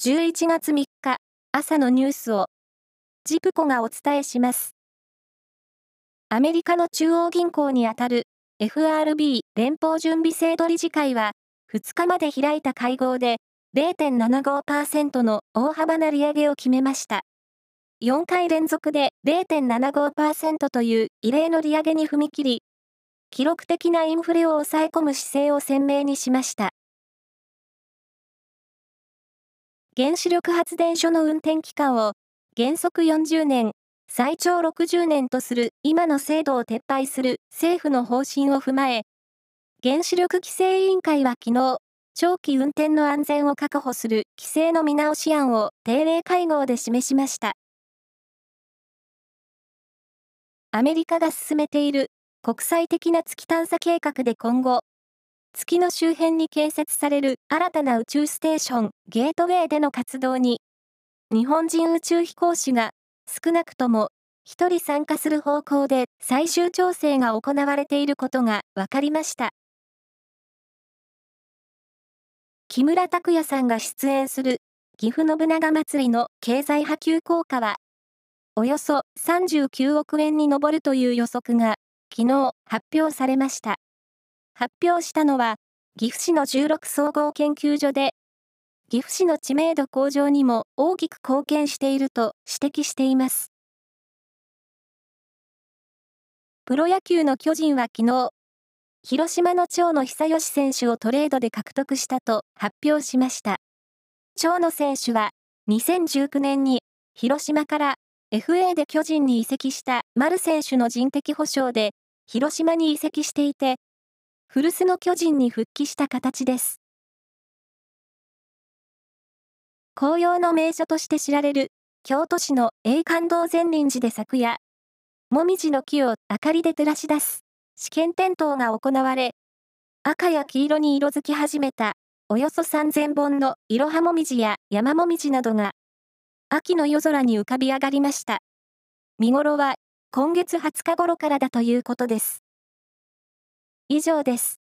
11月3日、朝のニュースを、ジプコがお伝えします。アメリカの中央銀行にあたる FRB 連邦準備制度理事会は、2日まで開いた会合で 0.75% の大幅な利上げを決めました。4回連続で 0.75% という異例の利上げに踏み切り、記録的なインフレを抑え込む姿勢を鮮明にしました。原子力発電所の運転期間を原則40年、最長60年とする今の制度を撤廃する政府の方針を踏まえ、原子力規制委員会は昨日、長期運転の安全を確保する規制の見直し案を定例会合で示しました。アメリカが進めている国際的な月探査計画で今後、月の周辺に建設される新たな宇宙ステーションゲートウェイでの活動に、日本人宇宙飛行士が少なくとも1人参加する方向で最終調整が行われていることが分かりました。木村拓哉さんが出演するぎふ信長まつりの経済波及効果は、およそ39億円に上るという予測が昨日発表されました。発表したのは、岐阜市の16総合研究所で、岐阜市の知名度向上にも大きく貢献していると指摘しています。プロ野球の巨人は昨日、広島の長野久義選手をトレードで獲得したと発表しました。長野選手は2019年に広島から FA で巨人に移籍した丸選手の人的補償で広島に移籍していて、古巣の巨人に復帰した形です。紅葉の名所として知られる京都市の永観堂善林寺で昨夜、もみじの木を明かりで照らし出す試験点灯が行われ、赤や黄色に色づき始めたおよそ3000本のいろはもみじや山もみじなどが秋の夜空に浮かび上がりました。見頃は今月20日頃からだということです。以上です。